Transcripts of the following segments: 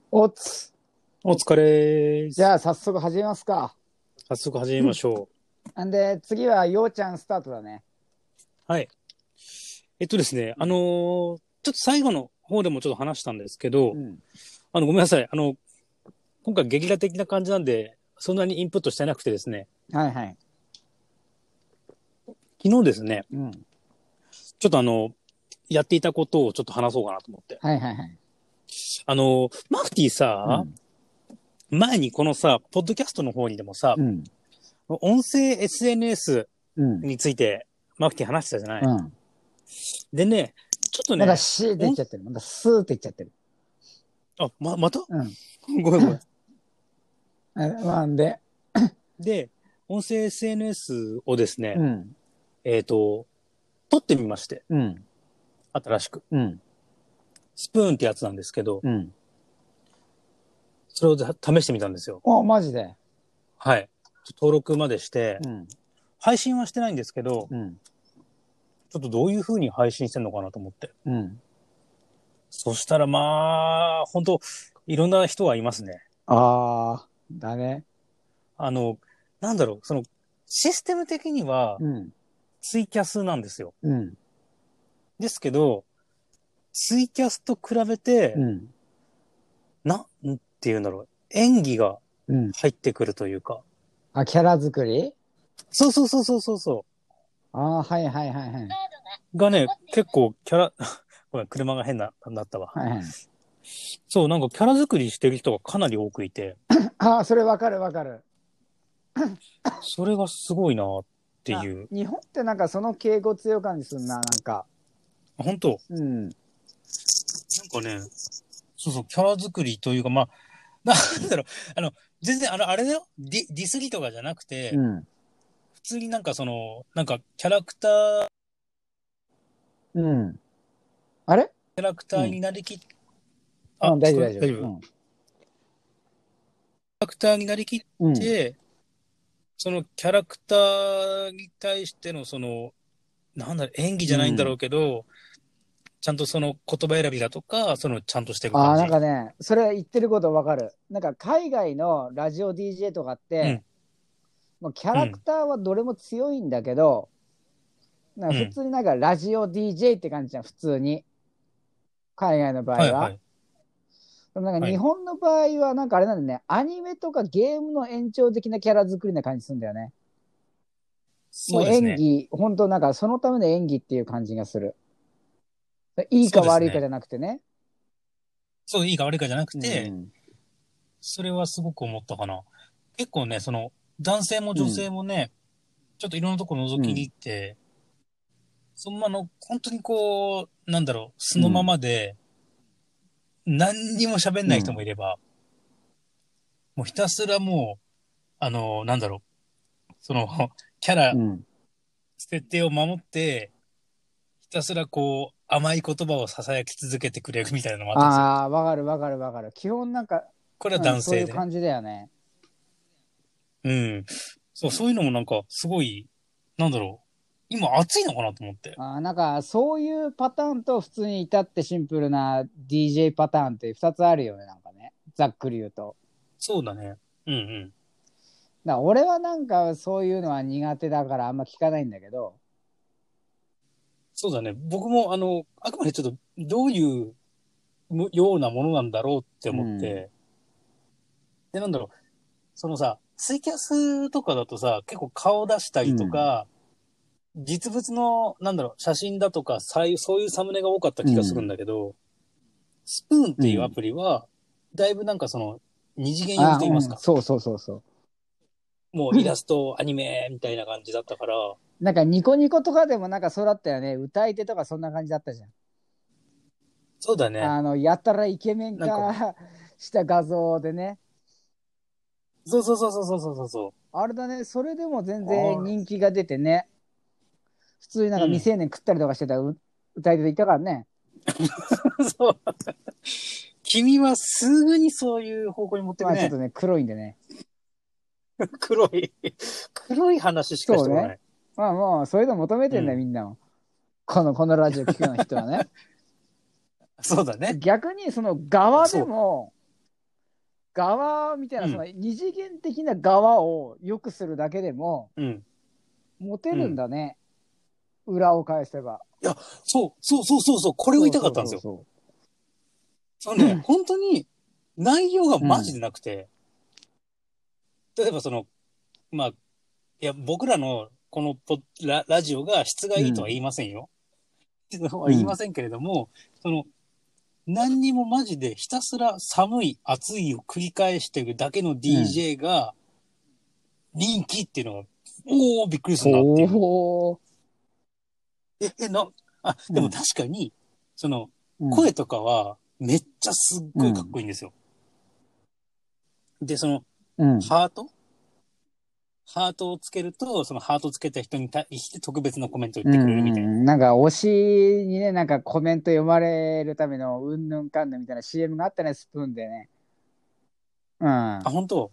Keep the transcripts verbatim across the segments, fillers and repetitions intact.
おつ。 お疲れーす。 じゃあ早速始めますか。 早速始めましょんで、次はようちゃんスタートだね。 う。はい。えっとですね、あのーちょっと最後の方でもちょっと話したんですけど、 うん。 あの、ごめんなさい。あの、今回ゲリラ的な感じなんで、そんなにインプットしてなくてですね、 はいはい。 昨日ですね、 うん。 ちょっとあの、やっていたことをちょっと話そうかなと思って。 はいはいはい。 あの、マフティーさ、 うん。 前にこのさ、ポッドキャストの方にでもさ、 うん。 音声 エスエヌエスうん。 についてマフティー話してたじゃない。 うん。 でね、ちょっとまだね、 しーって言っ音ちゃってる。まだスーって言っちゃってる。 あ、ま、またうん。 ごめんごめん。 あまあ、んで、 で、音声 エスエヌエス をですね、 うん。 えっと、撮ってみまして、 うん。 新しく。 うん。 スプーンってやつなんですけど、 うん。 それを試してみたんですよ。 お、マジで。 はい。登録までして、 うん。 配信はしてないんですけど、 うん。 ちょっとどういう風に配信してんのかなと思って。 うん。 そしたらまあ、本当いろんな人がいますね。 あー、だね。 あの、なんだろう、その、システム的にはうん。 ツイキャスなんですよ。 うん。 ですけど、ツイキャスと比べて、 うん。 なんて言うんだろう、演技がうん。 入ってくるというか。 あ、キャラ作り。 そうそうそうそうそうそあー、はいはいはいはい。 う。がね、結構キャラ、ごめん、車が変な、なったわ。 はいはい。 そう、なんかキャラ作りしてる人がかなり多くいて、 あー、それわかるわかる。 それがすごいなってあ、 いう。 日本ってなんかその傾向強い感じすんな、なんか。 本当うん。 なんかね、そうそう、キャラ作りというか、まあ、なんだろう、あの、全然、あの、あれだよ、ディ、ディスりとかじゃなくて、 うん。 普通になんかその、なんかキャラクター、 うん。あれ。 キャラクターうん。 になりきっ、あ、 うん、大聞丈夫大丈夫。 こえ大丈夫キャうん。 ラクターになりきっうん。 て、そのキャラクターに対してのその、なんだろう、演技じゃないんだろうん。 うけど、ちゃんとその言葉選びだとか、そのちゃんとしてるああ、なん感じ。 かね、それ言ってることわかる。なんか海外のラジオ ディージェー とかって、 うん、 もうキャラクうん、 ターはどれも強いんだけど、なんか普うん。 通になんかラジオ ディージェー って感じじゃん、普通に。海外の場合は。 はいはい。 でもなんか日はい。 本の場合はなんかあれなんだよね、アニメとかゲームの延長的なキャラ作りな感じするんだよね。もうそうですね。 演技、本当なんかそのための演技っていう感じがする。いいか悪いかじゃそうですね。 なくてね。 そう、いいか悪いかじゃなくうて、 ん。 それはすごく思ったかな。結構ね、その、男性も女うん。 性もね、ちょっといろんなとこ覗きにうん。 行って、そんなの、本当にこう、なんだろう、素のまうん。 まで、何にも喋んない人うん。 もいれば、もうひたすらもう、あの、なんだろう、その、キャラ、 うん。 設定を守って、ひたすらこう、甘い言葉を囁き続けてくれるみたいなのもあったんですよ。 ああ、わかるわかるわかる。基本なんか、 これはうん、 男性でね。 そういう感じだよね。 うん。そう、そういうのもなんか、すごい、なんだろう。今暑いのかなと思って。 あーなんか、そういうパターンと普通に至ってシンプルな ディージェー パターンってふたつあるよね、なんかね。ざっくり言うと。 そうだね。うんうん。 だから俺はなんかそういうのは苦手だからあんま聞かないんだけど。 そうだね。僕も、あの、あくまでちょっと、どういうむようなものなんだろうってうん。 思って。で、なんだろう。そのさ、ツイキャスとかだとさ、結構顔出したりとうん。 か、実物の、なんだろう、写真だとか、さいそういうサムネが多かった気がするんうん。 だけど、スプーンっていうアうん。 プリは、だいぶなんかその、二次元寄りあ、うん。 と言いますか。 そうそうそうそう。 もうイラスト、アニメみたいな感じだったから、 なんかニコニコとかでもなんかそうだったよね。歌い手とかそんな感じだったじゃん。 そうだね。 あの、やったらイケメンなんか、 化した画像でね。 そうそうそうそうそうそうそう。 あれだね。それでも全然あ人気が出てね。普通になんあ、うん。 か未成年食ったりとかしてた歌い手でいたからね。 そう。君はすぐにそういう方向に持ってくね。 まあちょっとね、黒いんでね。 黒い、黒い話しかしそうね。 たことない。 まあもう、そういうの求めてんだよ、 うん。 みんなも。この、このラジオ聞くような人はね。 そうだね。 逆に、その側でそも、 側みたいな、 うんその二次元的な側を良くするだけでも、 うん。 モテるんだね。うん、裏を返せば。 いや、そう、そうそうそうそう、これを言いたかったんですよ。 そうそうそのね、本当に内容がそう、 マジでなくて、例えばその、まあ、いや、僕らのこのポララジオが質がいいとは言いませんよ。はうん。 言いませんけれども、その、何にもマジでひたすら寒い、暑いを繰り返してるだけのうん。 ディージェー が人気っていうのが、おー、びっくりするなっていう。 ほー。 え、え、な、あ、でもうん。 確かに、その、 うん。 声とかはめっちゃすっごいかっうん。 こいいんですよ。で、その、 うん。 ハートハートをつけると、そのハートをつけた人に対して特別なコメントを言ってくれるうん。 みたいな。 うん。なんか推しにね、なんかコメント読まれるためのうんぬんかんぬんみたいな シーエム があったね、スプーンでね。うあ、 ん。 本当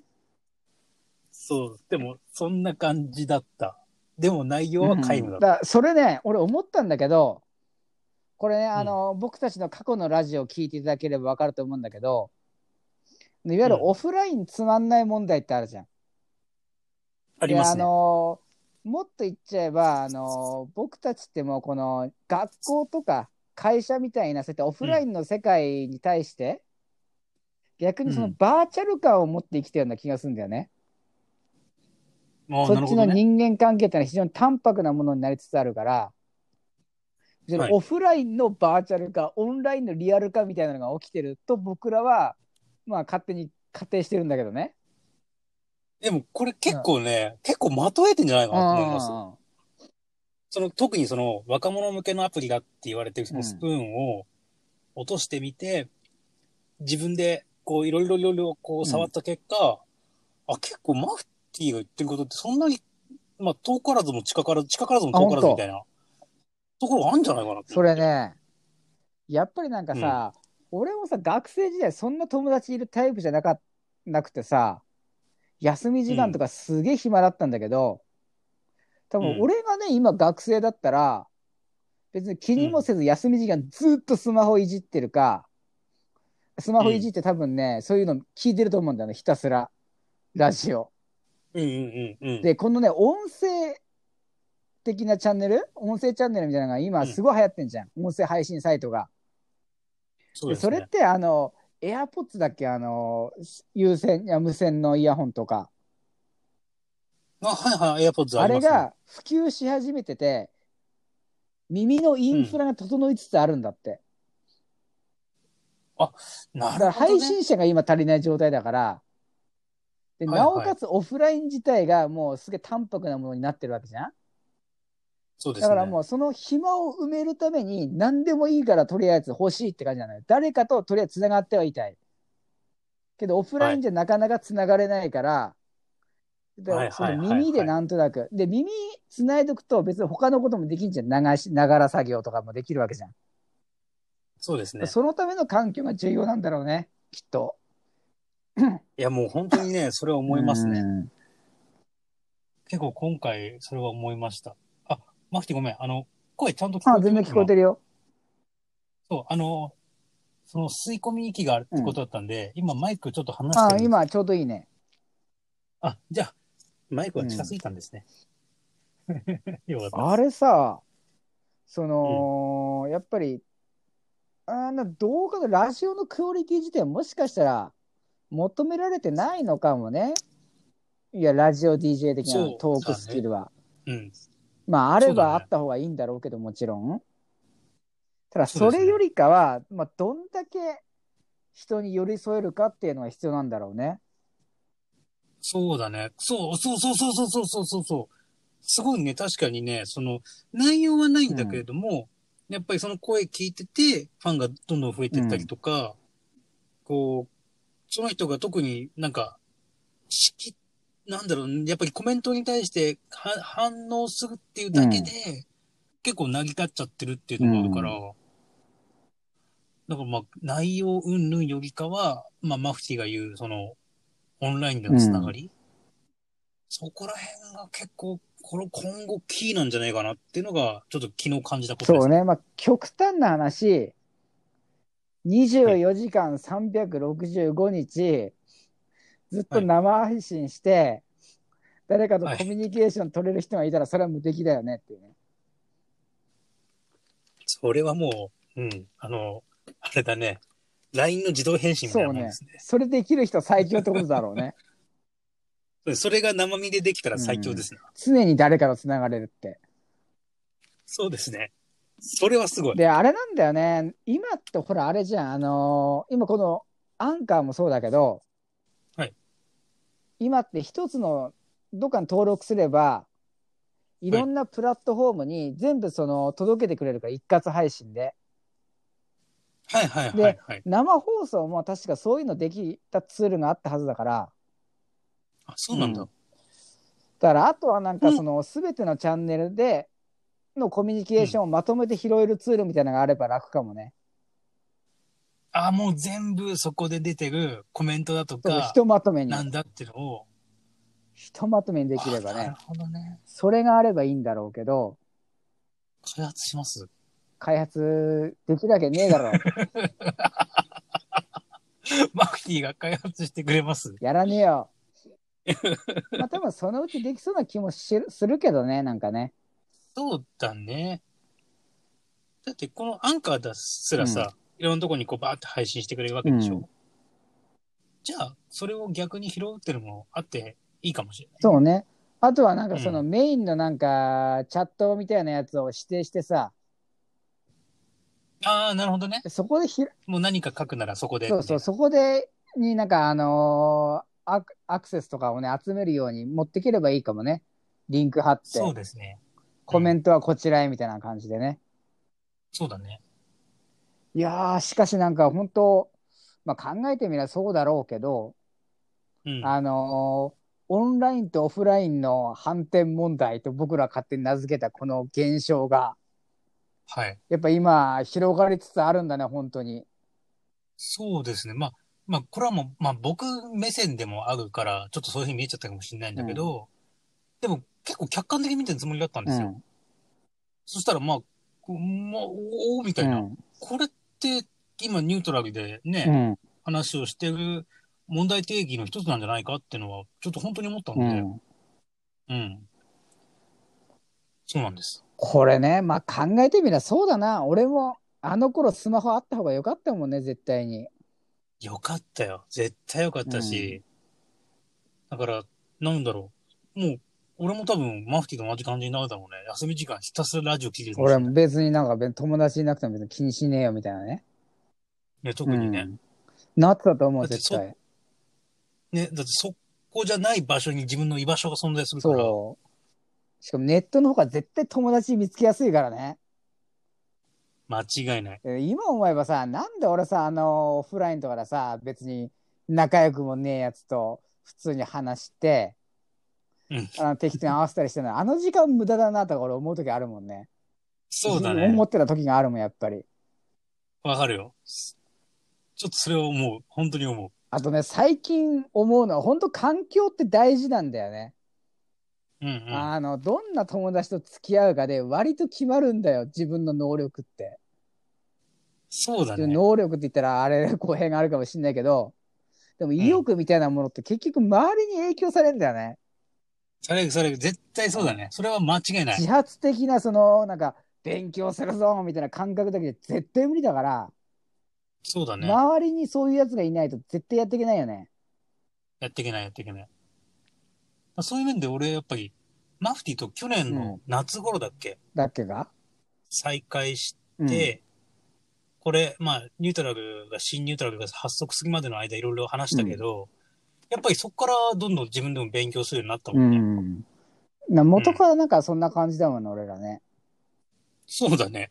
そう。でも、そんな感じだった。でも内容うは皆無ん。 だった。 だそれね、俺思ったんだけど、これね、 うん。 あの、僕たちの過去のラジオを聞いていただければわかると思うんだけど、いわゆうん。 るオフラインつまんない問題ってあるじゃん。で、あありますね。 のもっと言っちゃえば、あの僕たちってもうこの学校とか会社みたいな、そういったオフうん。 ラインの世界に対して、逆にそのうん。 バーチャル感を持って生きてるような気がするんだよね。 ああ、 そっちのなるほどね。 人間関係ってのは非常に淡白なものになりつつあるから、 はい。 オフラインのバーチャル化、オンラインのリアル化みたいなのが起きてると僕らは、まあ勝手に仮定してるんだけどね。 でも、これ結うん。 構ね、結構まとえてんじゃないかうなと思います。 ん。 その、特にその、若者向けのアプリがって言われてるそうん。 のスプーンを落としてみて、自分で、こう、いろいろいろいろ、こう、 うん。 触った結果、あ、結構マフティーが言ってることってそんなに、まあ、遠からずも近からず、近からずもあ、 遠か本当。 らずみたいなところがあるんじゃないかなとそ思って。 れね、やっぱりなんかうん。 さ、俺もさ、学生時代そんな友達いるタイプじゃなか、なくてさ、休み時間とうん。 かすげえ暇だったんだけど、多分うん。 俺がね、今学生だったら、別に気うん。 にもせず休み時間ずっとスマホいじってるか、スマうん。 ホいじって多分ね、そういうの聞いてると思うんだよね、ひたすら。ラジオ。 うん。うん。うん。 で、このね、音声的なチャンネル音声チャンネルみたいなのが今うん。 すごい流行ってんじゃん。音声配信サイトが。で、 そうですね。 それってあの、エアポッツだっけあの、有線、いや無線のイヤホンとか。 あ、はいはい、AirPods あありますね。 れが普及し始めてて、耳のイうん。 ンフラが整いつつあるんだって。 あ、なだからるほどね。 配信者が今足りない状態だから、で、なおはいはい。 かつオフライン自体がもうすげえ淡白なものになってるわけじゃん。 そうですね。 だからもうその暇を埋めるために何でもいいからとりあえず欲しいって感じじゃない。誰かととりあえずつながってはいたい。けどオフラはい。 インじゃなかなかつながれないから、ではいそのはいはいはい。 耳でなんとなく。で、耳つないどくと別に他のこともできんじゃん。流し、ながら作業とかもできるわけじゃん。 そうですね。 そのための環境が重要なんだろうね。きっと。 いやもう本当にね、それはう思いますね。 ん。 結構今回それは思いました。あ、マフティごめん。あの、声ちゃんと聞こあ、全然えてる今。 聞こえてるよ。 そう、あの、その吸い込み息があるっうん。 てことだったんで、今マイクちょっと離してあ、 るんです。 今ちょうどいいね。 あ、じゃあ、マイクうん。 が近すぎたんですね。よかったであす。 れさ、そうん。 の、やっぱり、あの動画のラジオのクオリティ自体はもしかしたら求められてないのかもね。いや、ラジオ ディージェー 的なそうトークだね。 スキルは。 うん。 まあ、あれそうだね。 ばあった方がいいんだろうけど、もちろん。ただ、 そうですね。 それよりかは、まあ、どんだけ人に寄り添えるかっていうのが必要なんだろうね。 そうだね。そう、そうそうそうそうそうそうそうそう。すごいね、確かにね、その、内容はないんだけれうん。 ども、やっぱりその声聞いてて、ファンがどんどん増えてったりうん。 とか、こう、その人が特になんか、しき、なんだろう、やっぱりコメントに対しては反応するっていうだけうん。 で、結構成り立っちゃってるっていううのがあるから、 ん。 だからまあ、内容云々よりかは、まあ、マフティが言う、その、オンラインでのうん。 つながり、そこら辺が結構、この今後キーなんじゃないかなっていうのが、ちょっと昨日感じたことですね。 そうね。まあ、極端な話、 にじゅうよじかんさんびゃくろくじゅうごにち、ずっとはい。 生配信して、誰かとはい。 コミュニケーション取れる人がいたら、それは無敵だよねっていうね。 それはもう、うん。あの、あれだね。ライン の自動返信みたいそうね。 なもんですね。 それできる人最強ってことだろうね。 それが生身でできたらうん。 最強ですな。 常に誰かと繋がれるって。 そうですね。それはすごい。 で、あれなんだよね。今ってほら、あれじゃん。あのー今このアンカーもそうだけど、 はい。 今って一つのどっかに登録すれば、いはい。 ろんなプラットフォームに全部その届けてくれるから一括配信で。 はいはいはいで、 はい。 生放送も確かそういうのできたツールがあったはずだから、 あ、そうなんだ。 うん。だからあとはなんこの、 かその全てのチャンネルでのコミュニケうん。 ーションをまとめて拾えるツールみたいなのがあれば楽かもね。 あ、もう全部そこで出てるコメントだとそうそう、ひか、 とまとめに。 なんだっていうのを、 ひとまとめにできれあ、 ばね。 なるほどね。 それがあればいいんだろうけど、 開発します。 開発できるわけねえだろマフティーが開発してくれます。 う。やらねえよ。まあ多分そのうちできそうな気もしするけどね、なんかね。 そうだね。だってこのアンカーだすうん。 らさ、いろんなとこにこうバーって配信してくれるわうん。 けでしょ。じゃあ、それを逆に拾うっていうのもあっていいかもしれないね。 そうね。あとはなんかそのうん。 メインのなんかチャットみたいなやつを指定してさ、 ああ、なるほどね。 そこでひもう何か書くならそこで、 そうそう、 みたいな。 そこでになんかあのーアク、アクセスとかをね、集めるように持ってければいいかもね。リンク貼っそうて、 ですね。うコメん。 ントはこちらへみたいな感じでね。 そうだね。 いやー、しかしなんか本当、まあ、考えてみればそうだろうけど、 うん。 あのーオンラインとオフラインの反転問題と僕ら勝手に名付けたこの現象が、 はい。 やっぱ今広がりつつあるんだね、本当に。 そうですね。まあ、まあ、これはもう、まあ僕目線でもあるから、ちょっとそういうふうに見えちゃったかもしれないんうん。 だけど、でも結構客観的に見てるつもりだったんですよ。 うん。 そしたらまあ、こうまあ、おおみたいな。 うん。 これって今ニュートラルでね、 うん。 話をしてる問題定義の一つなんじゃないかっていうのは、ちょっと本当に思ったので、 うん。 うん。そうなんです。 これね、まあ考えてみればそうだな。俺もあの頃スマホあった方が良かったもんね、絶対に。 よかったよ。絶対よかっうん。 たし、だから、なんだろう。もう、俺も多分、マフティーと同じ感じになるだろうね。休み時間ひたすらラジオ聞いてるかもし俺れない。 も別になんか別に友達いなくても別に気にしねえよみたいなね。 いや、 う特にね。 ん。なってたと思う、 だってそ、 絶対。 ね、だってそこじゃない場所に自分の居場所が存在するから、 そう。しかもネットの方が絶対友達見つけやすいからね。 間違いない。 え今思えばさ、なんで俺さ、あの、オフラインとかでさ、別に仲良くもねえやつと普通に話して、 うん。 あの適当に合わせたりしてるの、あの時間無駄だなとか俺思う時あるもんね。 そうだね。 思ってた時があるもん、やっぱり。 わかるよ。ちょっとそれを思う。本当に思う。 あとね、最近思うのは、本当環境って大事なんだよね。 うんうん。 あの、どんな友達と付き合うかで割と決まるんだよ、自分の能力って。 そうだね。 能力って言ったらあれ、公平があるかもしれないけど、でも意うん。 欲みたいなものって結局周りに影響されるんだよね。 それ、それ、絶対そうだね。 うん。 それは間違いない。 自発的な、その、なんか、勉強するぞみたいな感覚だけで絶対無理だから、 そうだね。 周りにそういうやつがいないと絶対やっていけないよね。 やっていけない、やっていけない。そういう面で俺、やっぱり、マフティーと去年のうん。 夏頃だっけだっけが再開しうん。 て、これ、まあ、ニュートラルが、新ニュートラルが発足するまでの間いろいろ話したけうん。 ど、やっぱりそこからどんどん自分でも勉強するようになったうもんね。 ん。なうん。 元からなんかそんな感じだもんね、俺らね。 そうだね。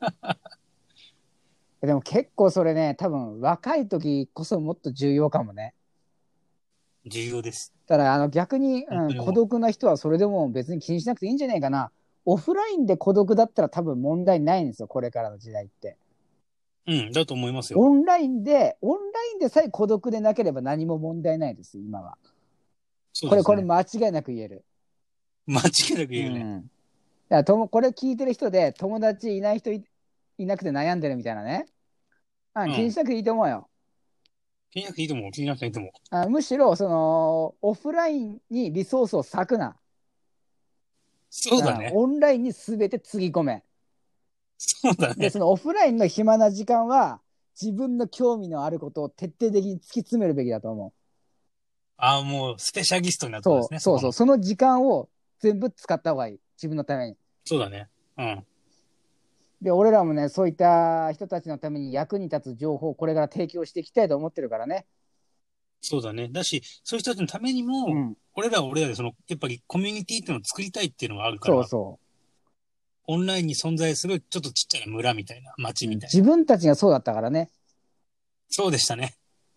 でも結構それね、多分若い時こそもっと重要かもね。 重要です。 ただ、あの逆に、うん、 本当に思う。 孤独な人はそれでも別に気にしなくていいんじゃないかな。オフラインで孤独だったら多分問題ないんですよ、これからの時代って。 うん、だと思いますよ。 オンラインで、オンラインでさえ孤独でなければ何も問題ないです、今は。これ、 そうですね。 これ間違いなく言える。 間違いなく言えるね。 うん。だからとも、これ聞いてる人で友達いない人い、いなくて悩んでるみたいなね。 あ、 うん気にしなくていいと思うよ。 気になくていいと思う。気になくていいと思う。 あ、むしろ、その、オフラインにリソースを割くな。 そうだね。 うん、オンラインに全てつぎ込め。で、 そうだね。 そのオフラインの暇な時間は、自分の興味のあることを徹底的に突き詰めるべきだと思う。 ああ、もう、スペシャリストになるところでそう、 すね、そそうそう。 この。 その時間を全部使った方がいい。自分のために。 そうだね。うん。 で、俺らもね、そういった人たちのために役に立つ情報をこれから提供していきたいと思ってるからね。 そうだね。だし、そういう人たちのためにも、 うん。 俺らは俺らで、その、やっぱりコミュニティっていうのを作りたいっていうのがあるから、 そうそオンラインに存在するちょっとちっちゃな村みたいな、 う。うん、 町みたいな。 自分たちがそうだったからね。 そうでしたね。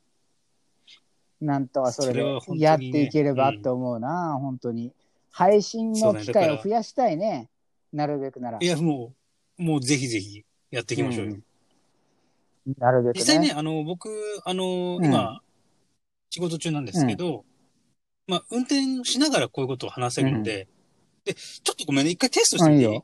なんとはそれでそれは本やってい当にね。 ければってうん。 思うな、本当に。配信そうだね。 の機会をだから、 増やしたいね。なるべくなら。 いや、もう、もうぜひぜひやっていきましょうよ。 うん。なるべくね。 実際ね、あの、僕、あの、 うん。 今、仕事中なんでうん。 すけど、まあ、運転しながらこういうことを話せうん。 るんで、で、ちょっとごめんね、一回テストしうん、 てみていい？ いいよ。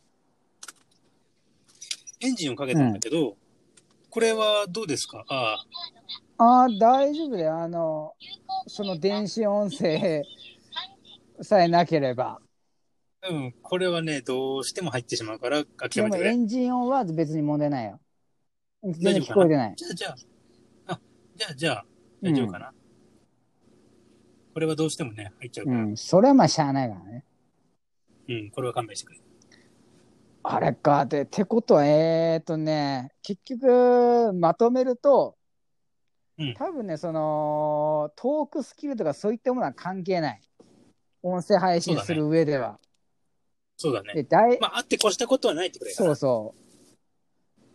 エンジンをかけたんだうん。 けど、これはどうですか？ああ、 ああ、大丈夫だよ。あの、その電子音声さえなければ。 うん、これはね、どうしても入ってしまうから諦でめてくれ。 もエンジン音は別に問題ないよ。全然大丈夫かな？ 聞こえてない。 じゃあ、じゃあ、あ、じゃあ、じゃあ、 うん。 大丈夫かな？これはどうしてもね、入っちゃうから。 うん。それはまあしゃあないからね。 うん、これは勘弁してくれ。 あれか。で、ってことは、えーっとね、結局、まとめると、 うん、 多分ね、その、トークスキルとかそういったものは関係ない。音声配信するそうだね。 上では。 そうだね。 で、大、 まあ、あって越したことはないってくらいかそうな。 そう。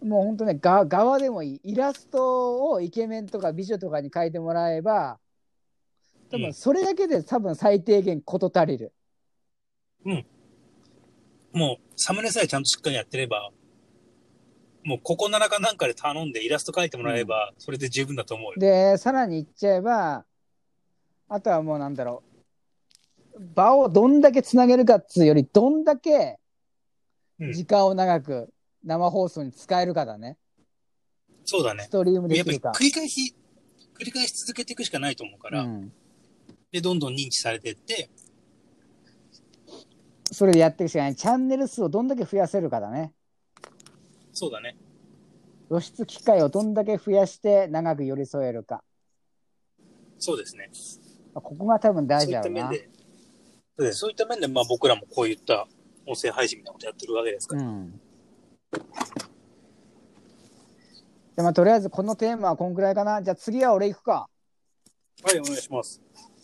もう本当ね、が、側でもいい。イラストをイケメンとか美女とかに描いてもらえば、多分うん、 それだけで多分最低限事足りる。 うん。もう、サムネさえちゃんとしっかりやってれば、もう、ここならかなんかで頼んでイラスト描いてもうん。 らえば、それで十分だと思うよ。 で、さらに言っちゃえば、あとはもうなんだろう。場をどんだけつなげるかっつうより、どんだけうん。 時間を長く生放送に使えるかだね。 そうだね。 ストリームでやっぱりきるか。 繰り返し、繰り返し続けていくしかないと思うから、 うん。 で、どんどん認知されていって、 それでやっていくしかない。チャンネル数をどんだけ増やせるかだね。 そうだね。 露出機会をどんだけ増やして長く寄り添えるか。 そうですね。 ここが多分大そういっ事だろうな。 た面で、でそういった面で、まあ僕らもこういった音声配信みたいなことやってるわけですから。 うん。でまあ、とりあえずこのテーマはこんくらいかな。じゃあ次は俺行くか。 はい、お願いします。